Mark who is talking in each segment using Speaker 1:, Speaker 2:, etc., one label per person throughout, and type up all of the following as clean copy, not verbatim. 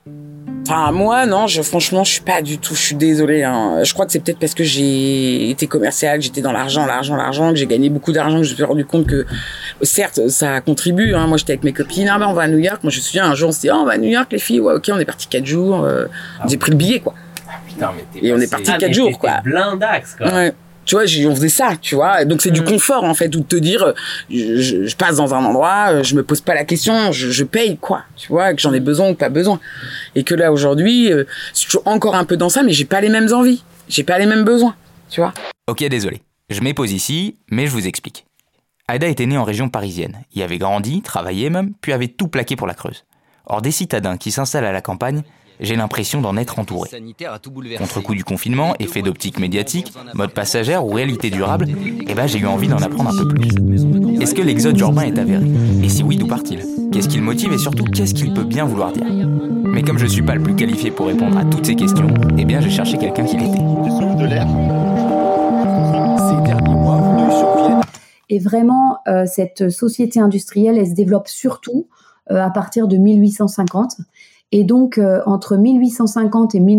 Speaker 1: Enfin, moi, non, franchement, je suis pas du tout, je suis désolée, hein. Je crois que c'est peut-être parce que j'ai été commerciale, que j'étais dans l'argent, que j'ai gagné beaucoup d'argent, que je me suis rendu compte que, certes, ça contribue, hein. Moi, j'étais avec mes copines, on va à New York. Moi, je me souviens, un jour, on s'est dit, on va à New York, les filles, ouais, ok, on est parti 4 jours, j'ai pris le billet, quoi.
Speaker 2: Putain, mais
Speaker 1: et on est parti 4 jours, quoi.
Speaker 2: Blindax, quoi.
Speaker 1: Ouais. Tu vois, on faisait ça, tu vois. Donc c'est du confort en fait, ou de te dire, je passe dans un endroit, je me pose pas la question, je paye quoi, tu vois, que j'en ai besoin ou pas besoin. Et que là aujourd'hui, je suis toujours encore un peu dans ça, mais j'ai pas les mêmes envies, j'ai pas les mêmes besoins, tu vois.
Speaker 3: Ok, désolé, je m'épose ici, mais je vous explique. Aïda était née en région parisienne, y avait grandi, travaillé même, puis avait tout plaqué pour la Creuse. Or des citadins qui s'installent à la campagne, j'ai l'impression d'en être entouré. Contre-coup du confinement, effet d'optique médiatique, mode passagère ou réalité durable, j'ai eu envie d'en apprendre un peu plus. Est-ce que l'exode urbain est avéré ? Et si oui, d'où part-il ? Qu'est-ce qu'il motive et surtout, qu'est-ce qu'il peut bien vouloir dire ? Mais comme je suis pas le plus qualifié pour répondre à toutes ces questions, j'ai cherché quelqu'un qui l'était.
Speaker 4: Et vraiment, cette société industrielle, elle se développe surtout à partir de 1850. Et donc, entre 1850 et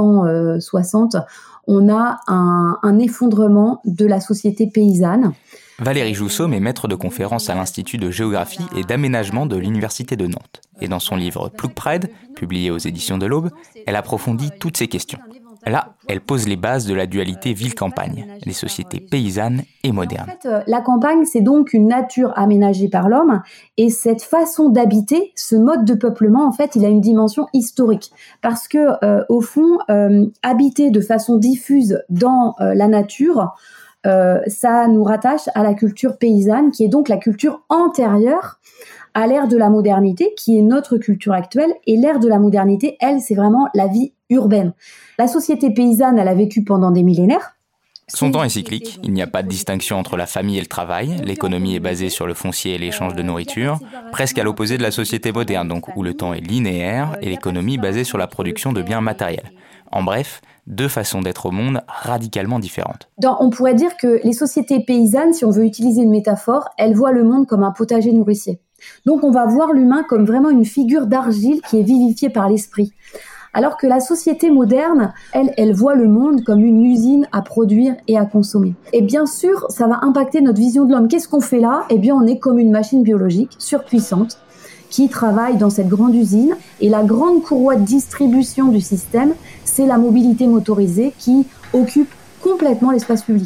Speaker 4: 1960, on a un effondrement de la société paysanne.
Speaker 3: Valérie Jousseaume est maître de conférence à l'Institut de géographie et d'aménagement de l'Université de Nantes. Et dans son livre Ploegprede, publié aux éditions de l'Aube, elle approfondit toutes ces questions. Là, elle pose les bases de la dualité ville-campagne, les sociétés paysannes et modernes.
Speaker 4: En fait, la campagne, c'est donc une nature aménagée par l'homme, et cette façon d'habiter, ce mode de peuplement, en fait, il a une dimension historique, parce que, au fond, habiter de façon diffuse dans la nature, ça nous rattache à la culture paysanne, qui est donc la culture antérieure à l'ère de la modernité, qui est notre culture actuelle. Et l'ère de la modernité, elle, c'est vraiment la vie urbaine. La société paysanne, elle a vécu pendant des millénaires.
Speaker 3: Son temps est cyclique, il n'y a pas de distinction entre la famille et le travail, l'économie est basée sur le foncier et l'échange de nourriture, presque à l'opposé de la société moderne, donc où le temps est linéaire et l'économie basée sur la production de biens matériels. En bref, deux façons d'être au monde radicalement différentes.
Speaker 4: On pourrait dire que les sociétés paysannes, si on veut utiliser une métaphore, elles voient le monde comme un potager nourricier. Donc on va voir l'humain comme vraiment une figure d'argile qui est vivifiée par l'esprit. Alors que la société moderne, elle voit le monde comme une usine à produire et à consommer. Et bien sûr, ça va impacter notre vision de l'homme. Qu'est-ce qu'on fait là ? Eh bien, on est comme une machine biologique surpuissante qui travaille dans cette grande usine. Et la grande courroie de distribution du système, c'est la mobilité motorisée qui occupe complètement l'espace public.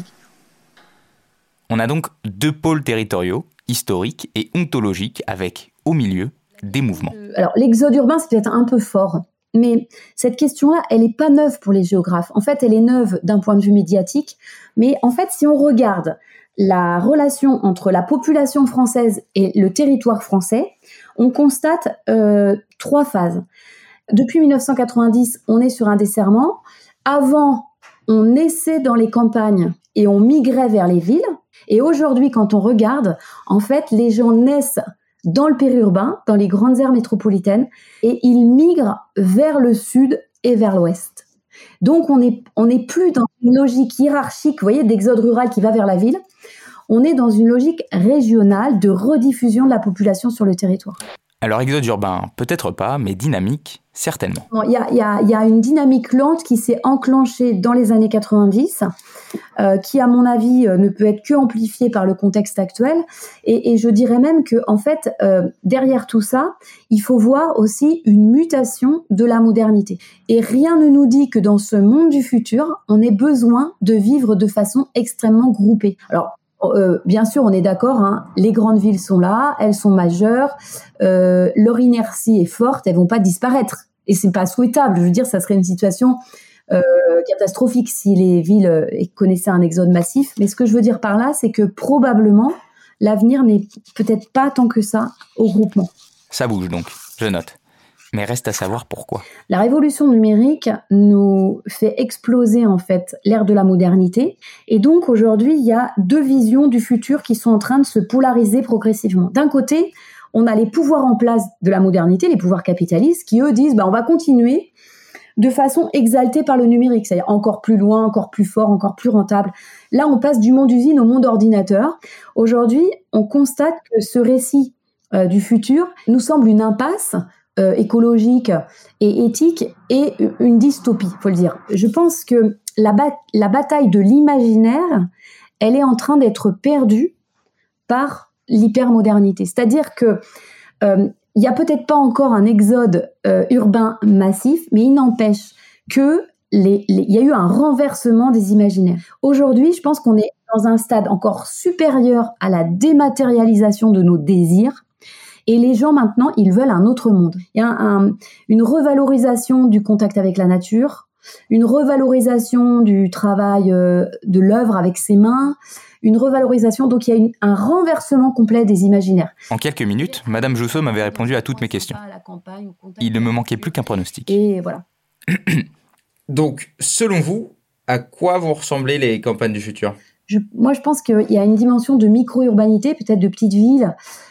Speaker 3: On a donc deux pôles territoriaux, historiques et ontologiques, avec, au milieu, des mouvements.
Speaker 4: Alors, l'exode urbain, c'est peut-être un peu fort. Mais cette question-là, elle n'est pas neuve pour les géographes. En fait, elle est neuve d'un point de vue médiatique. Mais en fait, si on regarde la relation entre la population française et le territoire français, on constate 3 phases. Depuis 1990, on est sur un desserrement. Avant, on naissait dans les campagnes et on migrait vers les villes. Et aujourd'hui, quand on regarde, en fait, les gens naissent dans le périurbain, dans les grandes aires métropolitaines, et ils migrent vers le sud et vers l'ouest. Donc, on n'est plus dans une logique hiérarchique, vous voyez, d'exode rural qui va vers la ville. On est dans une logique régionale de rediffusion de la population sur le territoire.
Speaker 3: Alors, exode urbain, peut-être pas, mais dynamique, certainement.
Speaker 4: Il y a une dynamique lente qui s'est enclenchée dans les années 90, qui, à mon avis, ne peut être que amplifiée par le contexte actuel. Et je dirais même que, en fait, derrière tout ça, il faut voir aussi une mutation de la modernité. Et rien ne nous dit que dans ce monde du futur, on ait besoin de vivre de façon extrêmement groupée. Alors, bien sûr, on est d'accord, hein, les grandes villes sont là, elles sont majeures, leur inertie est forte, elles vont pas disparaître. Et c'est pas souhaitable, je veux dire, ça serait une situation catastrophique si les villes connaissaient un exode massif. Mais ce que je veux dire par là, c'est que probablement, l'avenir n'est peut-être pas tant que ça au groupement.
Speaker 3: Ça bouge donc, je note. Mais reste à savoir pourquoi.
Speaker 4: La révolution numérique nous fait exploser en fait l'ère de la modernité. Et donc aujourd'hui, il y a 2 visions du futur qui sont en train de se polariser progressivement. D'un côté, on a les pouvoirs en place de la modernité, les pouvoirs capitalistes, qui eux disent on va continuer de façon exaltée par le numérique, c'est-à-dire encore plus loin, encore plus fort, encore plus rentable. Là, on passe du monde usine au monde ordinateur. Aujourd'hui, on constate que ce récit du futur nous semble une impasse écologique et éthique est une dystopie, faut le dire. Je pense que la bataille de l'imaginaire, elle est en train d'être perdue par l'hypermodernité. C'est-à-dire que il y a peut-être pas encore un exode urbain massif, mais il n'empêche que il y a eu un renversement des imaginaires. Aujourd'hui, je pense qu'on est dans un stade encore supérieur à la dématérialisation de nos désirs. Et les gens, maintenant, ils veulent un autre monde. Il y a une revalorisation du contact avec la nature, une revalorisation du travail de l'œuvre avec ses mains, une revalorisation. Donc, il y a un renversement complet des imaginaires.
Speaker 3: En quelques minutes, Madame Jousseau m'avait répondu à toutes mes questions. Il ne me manquait plus qu'un pronostic.
Speaker 4: Et voilà.
Speaker 2: Donc, selon vous, à quoi vont ressembler les campagnes du futur ?
Speaker 4: Moi, je pense qu'il y a une dimension de micro-urbanité, peut-être de petites villes,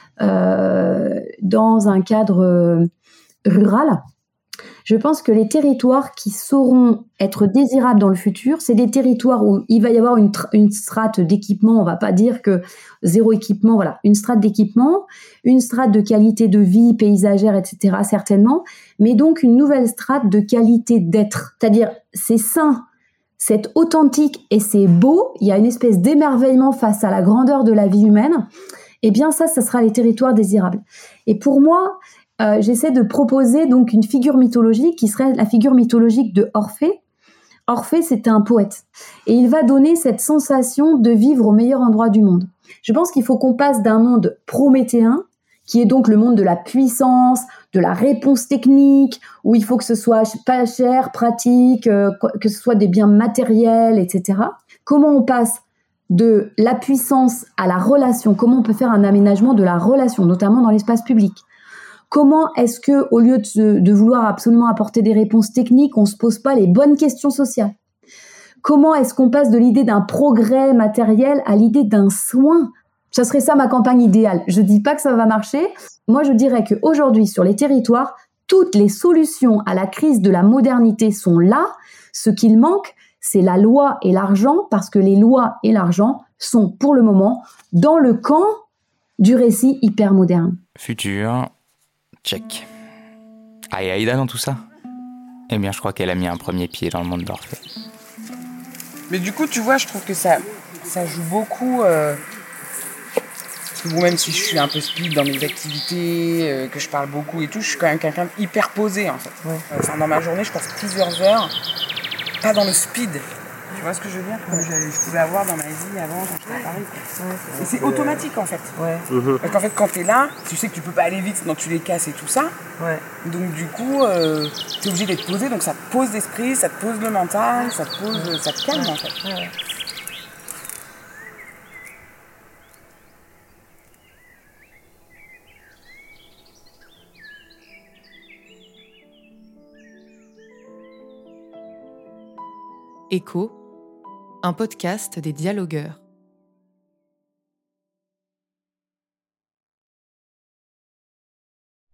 Speaker 4: dans un cadre rural. Je pense que les territoires qui sauront être désirables dans le futur, c'est des territoires où il va y avoir une strate d'équipement. On va pas dire que zéro équipement, voilà, une strate d'équipement, une strate de qualité de vie paysagère, etc. certainement, mais donc une nouvelle strate de qualité d'être. C'est-à-dire, c'est sain, c'est authentique et c'est beau. Il y a une espèce d'émerveillement face à la grandeur de la vie humaine. Eh bien, ça sera les territoires désirables. Et pour moi, j'essaie de proposer donc une figure mythologique qui serait la figure mythologique de Orphée. Orphée, c'était un poète. Et il va donner cette sensation de vivre au meilleur endroit du monde. Je pense qu'il faut qu'on passe d'un monde prométhéen, qui est donc le monde de la puissance, de la réponse technique, où il faut que ce soit pas cher, pratique, que ce soit des biens matériels, etc. Comment on passe de la puissance à la relation? Comment on peut faire un aménagement de la relation, notamment dans l'espace public? Comment est-ce que, au lieu de vouloir absolument apporter des réponses techniques, on se pose pas les bonnes questions sociales? Comment est-ce qu'on passe de l'idée d'un progrès matériel à l'idée d'un soin? Ça serait ça ma campagne idéale. Je dis pas que ça va marcher. Moi, je dirais qu'aujourd'hui, sur les territoires, toutes les solutions à la crise de la modernité sont là. Ce qu'il manque, c'est la loi et l'argent, parce que les lois et l'argent sont, pour le moment, dans le camp du récit hyper moderne.
Speaker 3: Futur, check. Ah, et Aïda dans tout ça ? Eh bien, je crois qu'elle a mis un premier pied dans le monde d'Orphée.
Speaker 1: Mais du coup, tu vois, je trouve que ça joue beaucoup. Parce que bon, même si je suis un peu speed dans mes activités, que je parle beaucoup et tout, je suis quand même quelqu'un d'hyper posé en fait. Ouais. Enfin, dans ma journée, je passe plusieurs heures, pas dans le speed. Tu vois ce que je veux dire? Comme je pouvais avoir dans ma vie avant quand j'étais à Paris. Ouais. Et c'est automatique en fait. Ouais. Parce qu'en fait, quand t'es là, tu sais que tu peux pas aller vite, sinon tu les casses et tout ça. Ouais. Donc du coup, t'es obligé d'être posé, donc ça te pose l'esprit, ça te pose le mental, ça te calme en fait. Ouais.
Speaker 5: Écho, un podcast des dialogueurs.